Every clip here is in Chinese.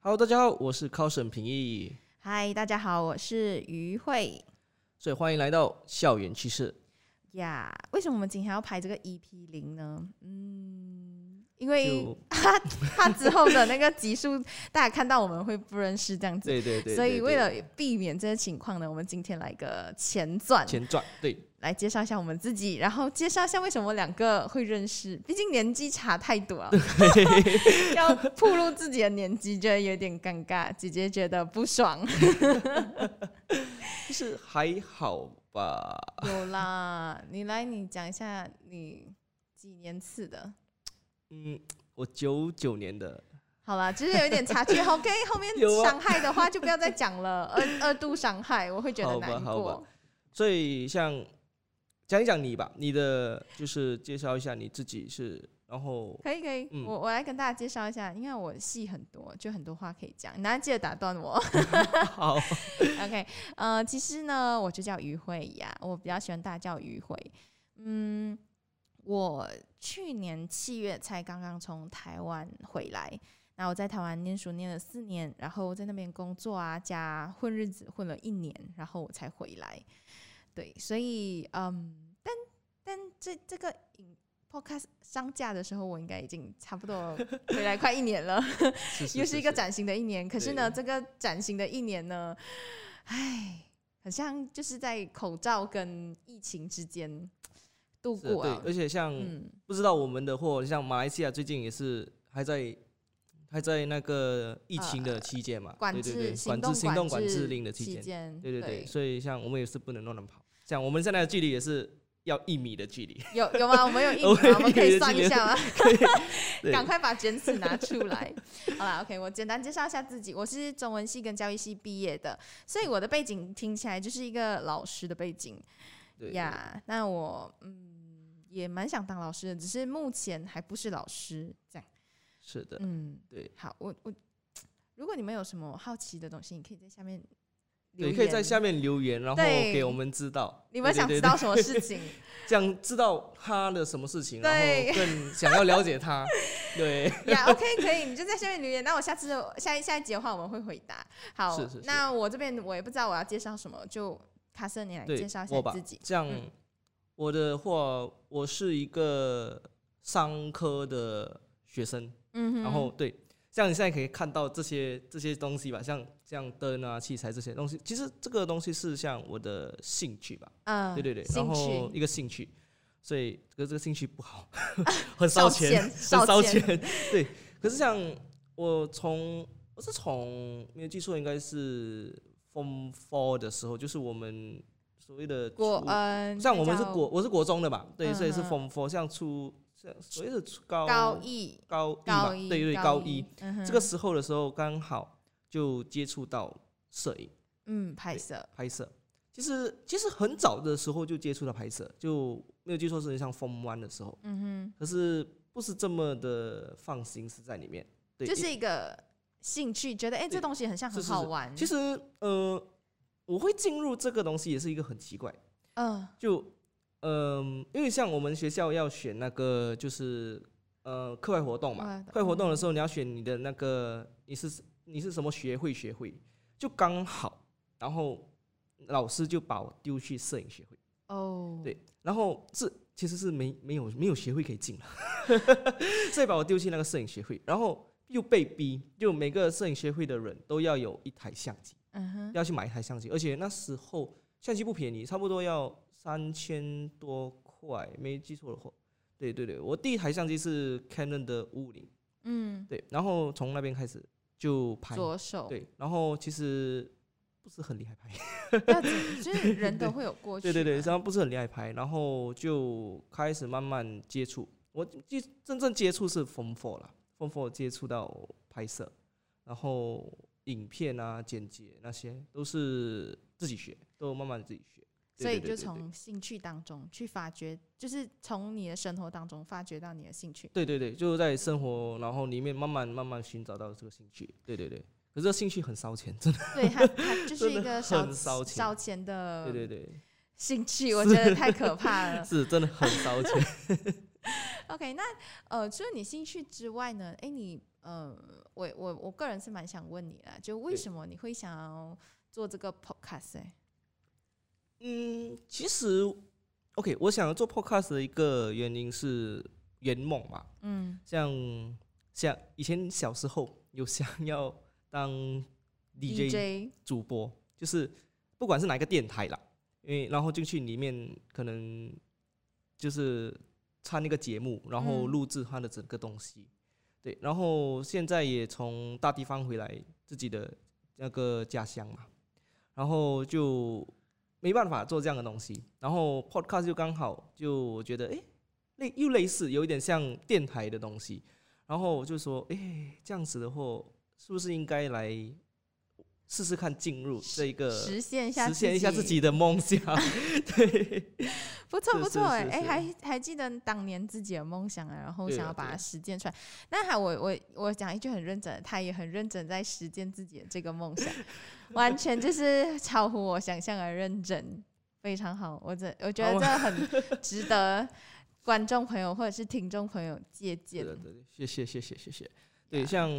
Hello， 大家好，我是考沈平义。 嗨，大家好，我是于慧。 所以欢迎来到校园趋势呀。为什么我们今天要拍这个 EP0呢？因为他之后的那个集数，大家看到我们会不认识这样子， 对， 所以为了避免这些情况呢，我们今天来个前传， 对， 来介绍一下我们自己，然后介绍一下为什么我两个会认识，毕竟年纪差太多了，要暴露自己的年纪，觉得有点尴尬，姐姐觉得不爽。 就是还好吧。 有啦，你讲一下你几年次的？ 我99年的。 好啦，就是有一点差距。OK， 后面伤害的话就不要再讲了，二度伤害我会觉得难过。 好吧。所以像讲一讲你吧，你的就是介绍一下你自己是，然后可以，我来跟大家介绍一下，因为我戏很多，就很多话可以讲，你大家记得打断我。 好 ，OK， 其实呢，我就叫于慧呀，我比较喜欢大家叫于慧。我去年7月才刚刚从台湾回来，那我在台湾念书念了4年，然后在那边工作啊加混日子混了1年，然后我才回来。对，所以但这个podcast 上架的时候，我应该已经差不多回来快1年了，又是一个崭新的1年。可是呢，这个崭新的1年呢，很像就是在口罩跟疫情之间度过对，而且像不知道我们的或像马来西亚最近也是还在那个疫情的期间嘛，行动管制令的期间，对，所以像我们也是不能乱跑，像我们现在的距离也是要1米的距离， 有吗？我们有1米吗？我们可以算一下吗？赶快把卷尺拿出来。好啦 ，OK， 我简单介绍一下自己，我是中文系跟教育系毕业的，所以我的背景听起来就是一个老师的背景呀。那我也蛮想当老师的，只是目前还不是老师这样。 是的，对。 好，我如果你们有什么好奇的东西，你可以在下面留言， 可以在下面留言，然后给我们知道。 你们想知道什么事情？ 想知道他的什么事情，然后更想要了解他。对呀，OK， 可以，你就在下面留言。那我下一集的话，我们会回答。好， 是那我这边我也不知道我要介绍什么，就卡瑟你来介绍一下自己。 这样，我的话，我是一个商科的学生。然后对，像你现在可以看到这些东西吧，像灯啊、器材这些东西，其实这个东西是像我的兴趣吧，对，然后一个兴趣，所以这个兴趣不好，很烧钱，很烧钱，对。可是像我是从没有记错，应该是 Form 4的时候，就是我们所谓的像我们我是国中的吧，对，所以是 Form 4，像所谓的高一吧，对，高一，这个时候的时候刚好就接触到摄影，拍摄。其实很早的时候就接触到拍摄，就没有记错是像 Form 1的时候，可是不是这么的放心思在里面，对， 就是一个兴趣，觉得这东西很像很好玩。 其实我会进入这个东西也是一个很奇怪，因为像我们学校要选那个就是课外活动嘛，课外活动的时候你要选你的那个你是什么学会，就刚好，然后老师就把我丢去摄影学会。对，然后其实是没有学会可以进了，所以把我丢去那个摄影学会，然后又被逼，就每个摄影学会的人都要有一台相机，要去买一台相机，而且那时候相机不便宜，差不多要3000多块，没记错的话。对，我第一台相机是 Canon 的550，对，然后从那边开始就拍着手， 对，然后其实不是很厉害拍， 就是人都会有过去， 对，实际上不是很厉害拍，然后就开始慢慢接触，我真正接触是 Form 4了，Form 4接触到拍摄，然后影片啊、剪辑那些都是自己学，都慢慢自己学。 所以就从兴趣当中去发掘，就是从你的生活当中发掘到你的兴趣。对， 就在生活然后里面慢慢寻找到这个兴趣。对，可是这个兴趣很烧钱，真的。 对，它就是一个烧钱的兴趣，我觉得太可怕了。 是真的很烧钱。 OK， 那除了你兴趣之外呢？你我个人是蛮想问你啦，就为什么你会想要做这个 podcast 其实 OK， 我想要做 podcast 的一个原因是圆梦嘛。像以前小时候有想要当 DJ 主播，就是不管是哪一个电台啦，然后进去里面可能就是参那个节目，然后录制它的整个东西。对，然后现在也从大地方回来自己的那个家乡嘛，然后就没办法做这样的东西，然后 podcast 就刚好就我觉得又类似有一点像电台的东西，然后就说这样子的话是不是应该来试试看进入这一个实现一下自己的梦想。对， 不错不错还记得当年自己的梦想啊，然后想要把它实践出来。那我讲一句很认真的，他也很认真在实践自己的这个梦想，完全就是超乎我想象的认真，非常好。我觉得这很值得观众朋友或者是听众朋友借鉴。 对，谢谢。对，像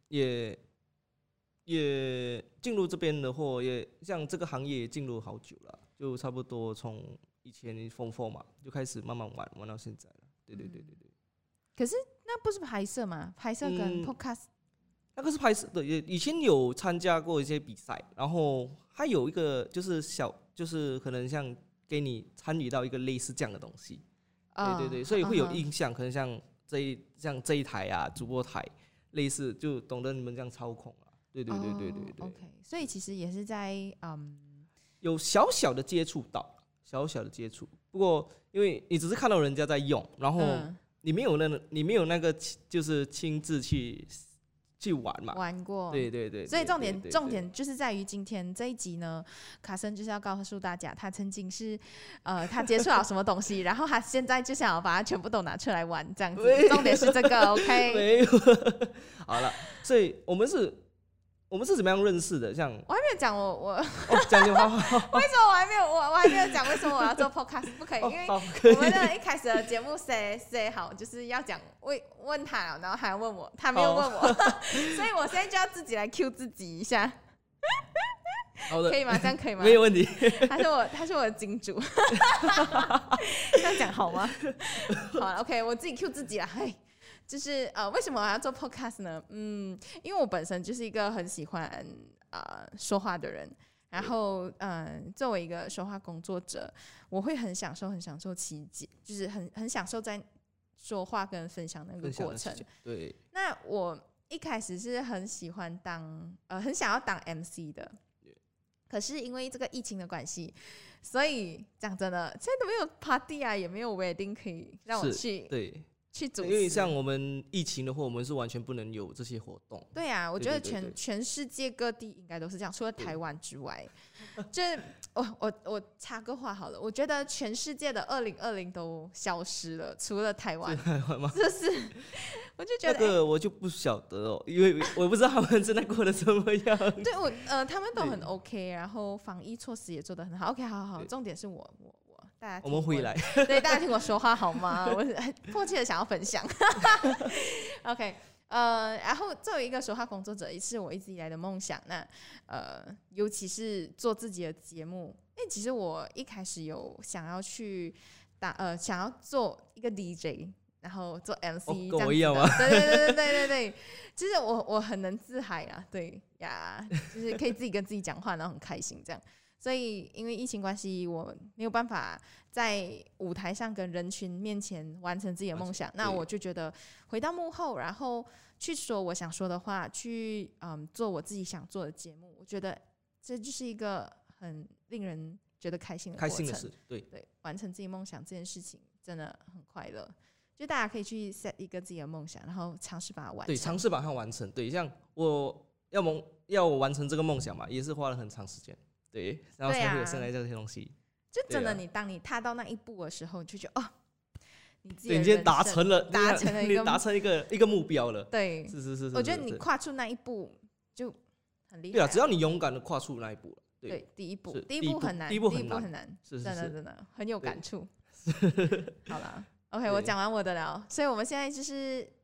也进入这边的话，也像这个行业也进入好久了，就差不多从以前风嘛，就开始慢慢玩到现在了。对。 可是那不是拍摄吗？拍摄跟 podcast， 那个是拍摄的，以前有参加过一些比赛，然后还有一个就是可能像给你参与到一个类似这样的东西。对，所以会有印象，可能像这一台啊，主播台类似，就懂得你们这样操控啊。对。 OK， 所以其实也是在有小小的接触到，不过因为你只是看到人家在用，然后你没有那个就是亲自去玩嘛， 玩过。 对。 所以重点就是在于今天这一集呢，卡森就是要告诉大家，他曾经是他接触了什么东西，然后他现在就想要把它全部都拿出来玩，这样子。重点是这个 ，OK？ 没有，好了，所以我们是怎么样认识的？像我还没有讲我讲就好。 为什么我还没有讲为什么我要做 podcast？ 不可以，因为我们的一开始的节目say好，就是要讲问他，然后还要问我，他没有问我，所以我现在就要自己来 cue 自己一下。 好的， 可以吗？这样可以吗？ 没有问题。 他是我的金主。这样讲好吗？好了 ，OK， 我自己 cue 自己啦。就是为什么我要做 podcast 呢？因为我本身就是一个很喜欢说话的人，然后作为一个说话工作者，我会很享受其间，就是很享受在说话跟分享那个过程。 对。 那我一开始是很喜欢很想要当 MC 的，可是因为这个疫情的关系，所以讲真的，现在都没有 party 啊，也没有 wedding 可以让我去主持。 因为像我们疫情的话，我们是完全不能有这些活动。 对啊，我觉得全世界各地应该都是这样，除了台湾之外。就是我插个话好了，我觉得全世界的2020都消失了，除了台湾。 台湾吗？ 就是，我就觉得那个我就不晓得哦，因为我不知道他们正在过得怎么样。 对他们都很 OK， 然后防疫措施也做得很好。OK， 好，重点是我。 我们回来， 对大家听我说话好吗？我很迫切的想要分享。OK， 然后作为一个说话工作者，也是我一直以来的梦想。那尤其是做自己的节目，因为其实我一开始有想要去想要做一个 DJ， 然后做 MC， 这样子的。跟我一样吗？ 对，就是我很能自嗨啊，对呀，就是可以自己跟自己讲话，然后很开心这样。所以因为疫情关系，我没有办法在舞台上跟人群面前完成自己的梦想，那我就觉得回到幕后，然后去说我想说的话，去做我自己想做的节目，我觉得这就是一个很令人觉得开心的过程。 开心的事，对， 完成自己梦想这件事情真的很快乐。就大家可以去 set 一个自己的梦想，然后尝试把它完成。 对，尝试把它完成。对，像我要我完成这个梦想嘛，也是花了很长时间。对，然后才会有现在这些东西。 就真的，当你踏到那一步的时候，你就觉得你自己已经达成了一个目标了。 对， 是。 我觉得你跨出那一步就很厉害。 对啊，只要你勇敢的跨出那一步了。 对，第一步很难， 第一步很难， 真的很有感触。好了 ，OK， 我讲完我的了，所以我们现在就是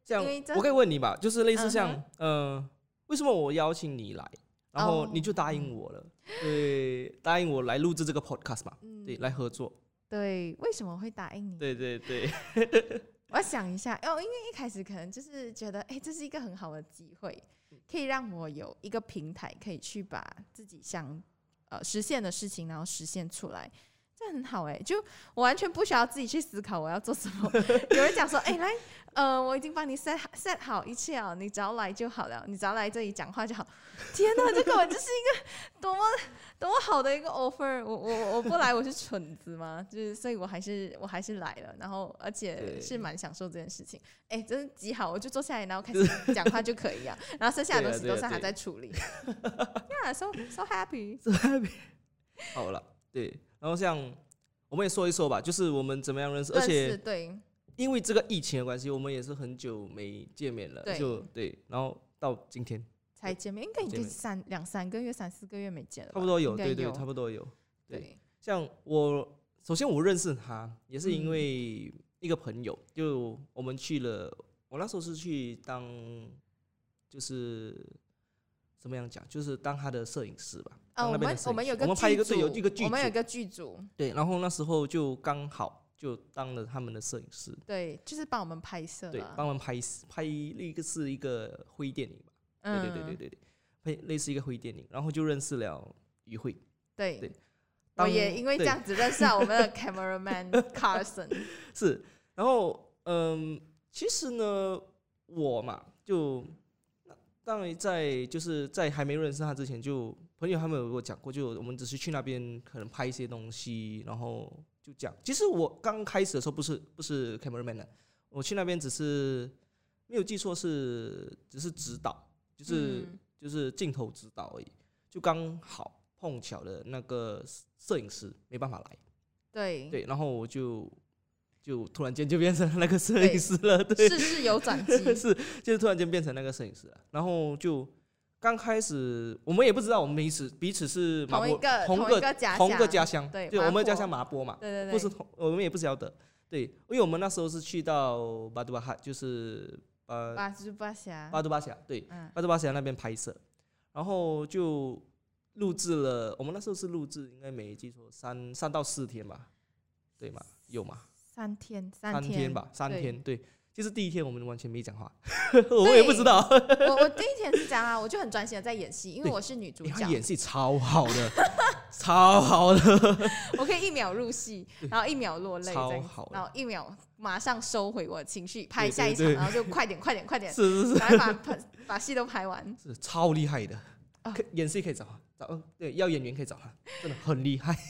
像我可以问你吧，就是类似像为什么我邀请你来，然后你就答应我了？对，答应我来录制这个 podcast 嘛，对，来合作。 对，为什么会答应你？ 对对对， 我要想一下因为一开始可能就是觉得，这是一个很好的机会，可以让我有一个平台，可以去把自己想实现的事情，然后实现出来。这很好就我完全不需要自己去思考我要做什么。有人讲说，来，我已经帮你 set 好一切了，你只要来就好了，你只要来这里讲话就好。天哪，这根本就是一个多么好的一个 offer！ 我不来我是蠢子吗？就是所以我还是来了，然后而且是蛮享受这件事情。真是极好，我就坐下来，然后开始讲话就可以啊。然后剩下的东西都是还在处理。Yeah, so happy. So happy. 好了，对。然后像我们也说一说吧，就是我们怎么样认识，而且对， 因为这个疫情的关系，我们也是很久没见面了，对，然后到今天才见面，应该已经2、3个月、3、4个月没见了吧， 差不多有，对，差不多有。 对， 像首先我认识他也是因为一个朋友，就我们去了，我那时候是去当就是怎么样讲，就是当他的摄影师吧。 我们拍一个剧组， 我们有一个剧组， 对，然后那时候就刚好就当了他们的摄影师， 对，就是帮我们拍摄， 对，帮我们拍是一个微电影吧，对，类似一个微电影，然后就认识了于慧， 对，我也因为这样子认识了我们的 cameraman Carson， 是，然后其实呢，我嘛就。当然在还没认识他之前，就朋友他们有跟我讲过，就我们只是去那边可能拍一些东西，然后就这样。其实我刚开始的时候不是 cameraman 的，我去那边只是没有记错只是指导，就是镜头指导而已，就刚好碰巧的那个摄影师没办法来，对，然后我就突然间就变成那个摄影师了，对， 事事有转机， 就是突然间变成那个摄影师了。然后就刚开始我们也不知道我们彼此是同一个家乡， 对， 我们家乡麻坡嘛， 对， 不是我们也不晓得，对，因为我们那时候是去到巴杜巴哈，就是巴杜巴峡， 对，巴杜巴峡那边拍摄，然后就录制了，我们那时候是录制，应该没记错3到4天吧，对吗？有吗 ？3天吧 ，3天，对。其实第一天我们完全没讲话，我也不知道。 我第一天是这样啊，我就很专心的在演戏，因为我是女主角。 她演戏超好的，超好的。 我可以1秒入戏，然后1秒落泪， 超好， 然后1秒马上收回我的情绪，拍下一场，然后就快点， 是， 然后把戏都拍完， 是超厉害的。演戏可以找，对，要演员可以找他，真的很厉害。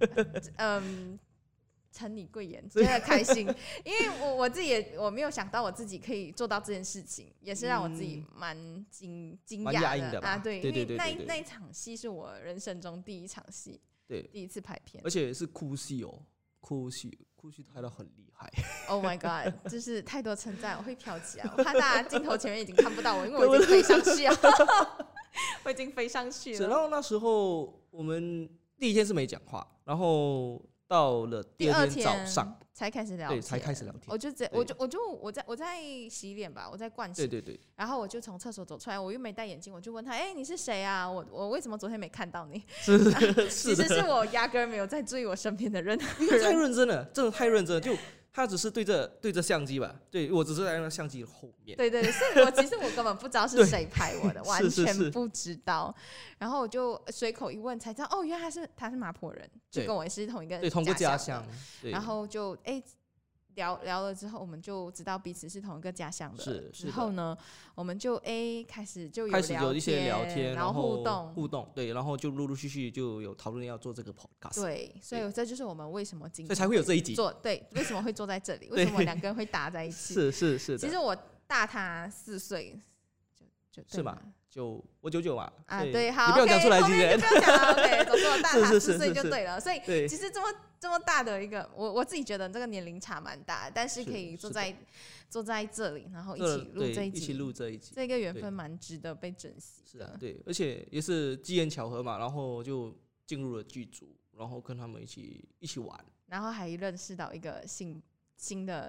承你贵言，真的开心，因为我自己我没有想到我自己可以做到这件事情，也是让我自己蛮惊讶的啊！对，因为那一场戏是我人生中第一场戏， 对， 第一次拍片， 而且是哭戏哦，哭戏拍到很厉害。 Oh my god， 就是太多称赞，我会飘起来，我怕大家镜头前面已经看不到我，因为我已经飞上去了，我已经飞上去了。 然后那时候我们第一天是没讲话，然后。到了第二天早上才开始聊天， 对，才开始聊天。 我在洗脸吧，我在盥洗， 对。 然后我就从厕所走出来，我又没戴眼镜，我就问他，你是谁啊？我为什么昨天没看到你？其实是我压根没有在注意我身边的人， 太认真了，真的太认真了，就。他只是对着相机吧，对我只是在那相机后面。 对，所以其实我根本不知道是谁拍我的，完全不知道。然后我就随口一问才知道，哦，原来他是麻坡人，就跟我也是同一个家乡。然后就聊了之后，我们就知道彼此是同一个家乡的。之后呢，我们就开始有一些聊天， 然后互动，对，然后就陆陆续续就有讨论要做这个 podcast。 对，所以这就是我们为什么今天所以才会有这一集。 对，为什么会坐在这里？为什么2个人会搭在一起？ 是的。 其实我大他4岁， 是吗？我99嘛。 对，好， 你不要讲出来，今天不要讲了 ，OK， 总之我大他4岁就对了。所以对， 其实这么大的一个，我自己觉得这个年龄差蛮大，但是可以坐在这里，然后一起录这一集，这个缘分蛮值得被珍惜的。 是啊，对，而且也是机缘巧合嘛，然后就进入了剧组，然后跟他们一起玩， 然后还认识到一个新的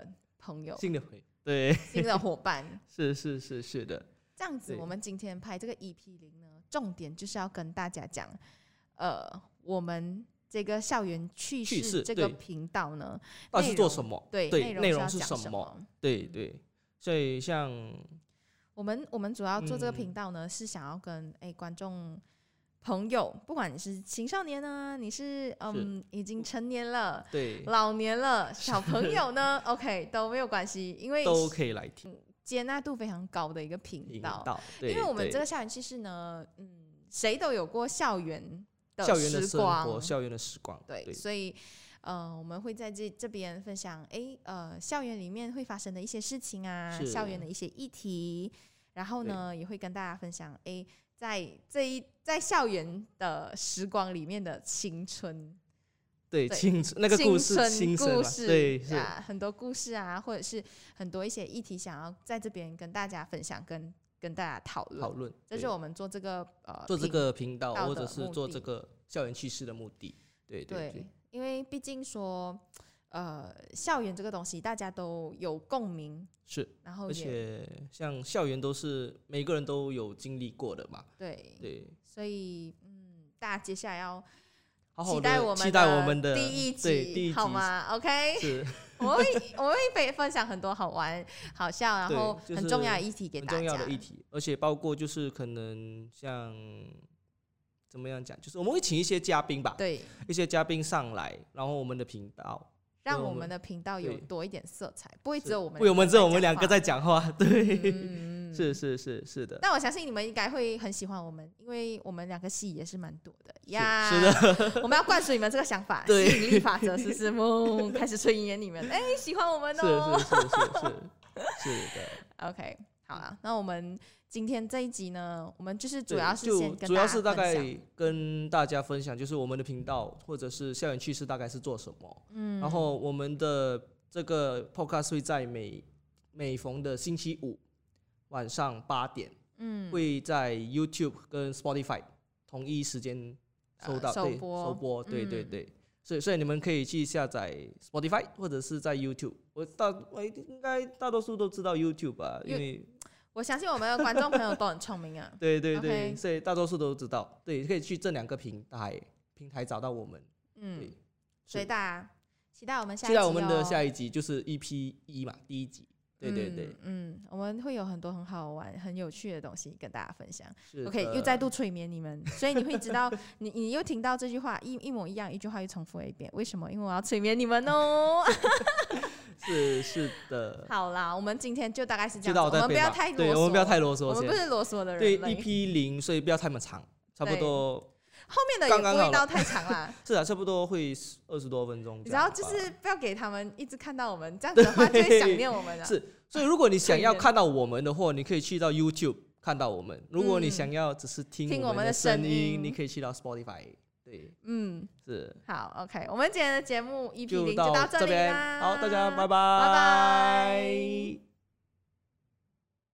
朋友， 对， 新的伙伴， 是的。 这样子，我们今天拍这个 EP0呢，重点就是要跟大家讲，我们这个校园趣事这个频道呢， 到底是做什么？ 对， 内容是什么？对，所以像我们主要做这个频道呢，是想要跟观众朋友，不管你是青少年呢，你是已经成年了， 对， 老年了，小朋友呢，OK 都没有关系，因为都可以来听， 接纳度非常高的一个频道。 因为我们这个校园趣事呢，谁都有过校园的时光，校园的时光， 对，所以我们会在这边分享，校园里面会发生的一些事情啊，校园的一些议题，然后呢，也会跟大家分享，在校园的时光里面的青春， 对青春那个故事，对， 很多故事啊，或者是很多一些议题，想要在这边跟大家分享，跟大家讨论，这是我们做这个频道，或者是做这个校园趣事的目的。对， 因为毕竟说，校园这个东西大家都有共鸣， 是， 然后而且像校园都是每个人都有经历过的嘛， 对，所以大家接下来要好好期待我们的第一集好吗 ？OK， 是， 我会分享很多好玩、好笑，然后很重要的议题给大家， 很重要的议题，而且包括就是可能像怎么样讲，就是我们会请一些嘉宾吧， 对，一些嘉宾上来，然后我们的频道。 让我们的频道有多一点色彩，不会只有我们， 只有我们两个在讲话，对，是的。 但我相信你们应该会很喜欢我们，因为我们两个戏也是蛮多的呀。 是的， 我们要灌输你们这个想法，吸引力法则，是不是？开始催眠你们，喜欢我们哦。 是的。 OK， 好了，那我们今天这一集呢，我们就是主要是先跟主要是大概跟大家分享，就是我们的频道或者是校园趣事大概是做什么。然后我们的这个 podcast 会在每逢的星期五晚上8点，会在 YouTube 跟 Spotify 同一时间首播，对。所以你们可以去下载 Spotify 或者是在 YouTube， 应该大多数都知道 YouTube 吧，因为我相信我们的观众朋友都很聪明啊。 对， okay， 所以大多数都知道，对，可以去这2个平台找到我们。 所以大家期待我们的下一集就是 EP1 嘛，第1集。对， 我们会有很多很好玩、很有趣的东西跟大家分享。 OK， 又再度催眠你们，所以你会知道，你又听到这句话一模一样，一句话又重复了一遍，为什么？因为我要催眠你们哦。 是的。 好啦，我们今天就大概是这样子，我们不要太啰嗦， 对，我们不要太啰嗦， 我们不是啰嗦的人。 对 EP0，所以不要太长，差不多。 后面的也不会到太长啦。 是啊，差不多会20多分钟。 然后就是不要给他们一直看到我们，这样子的话就会想念我们了。 是，所以如果你想要看到我们的话，你可以去到 YouTube 看到我们；如果你想要只是听我们的声音，你可以去到 Spotify。对，是。 好 ，OK， 我们今天的节目EP0就到这里啦。 好，大家拜拜。 拜拜。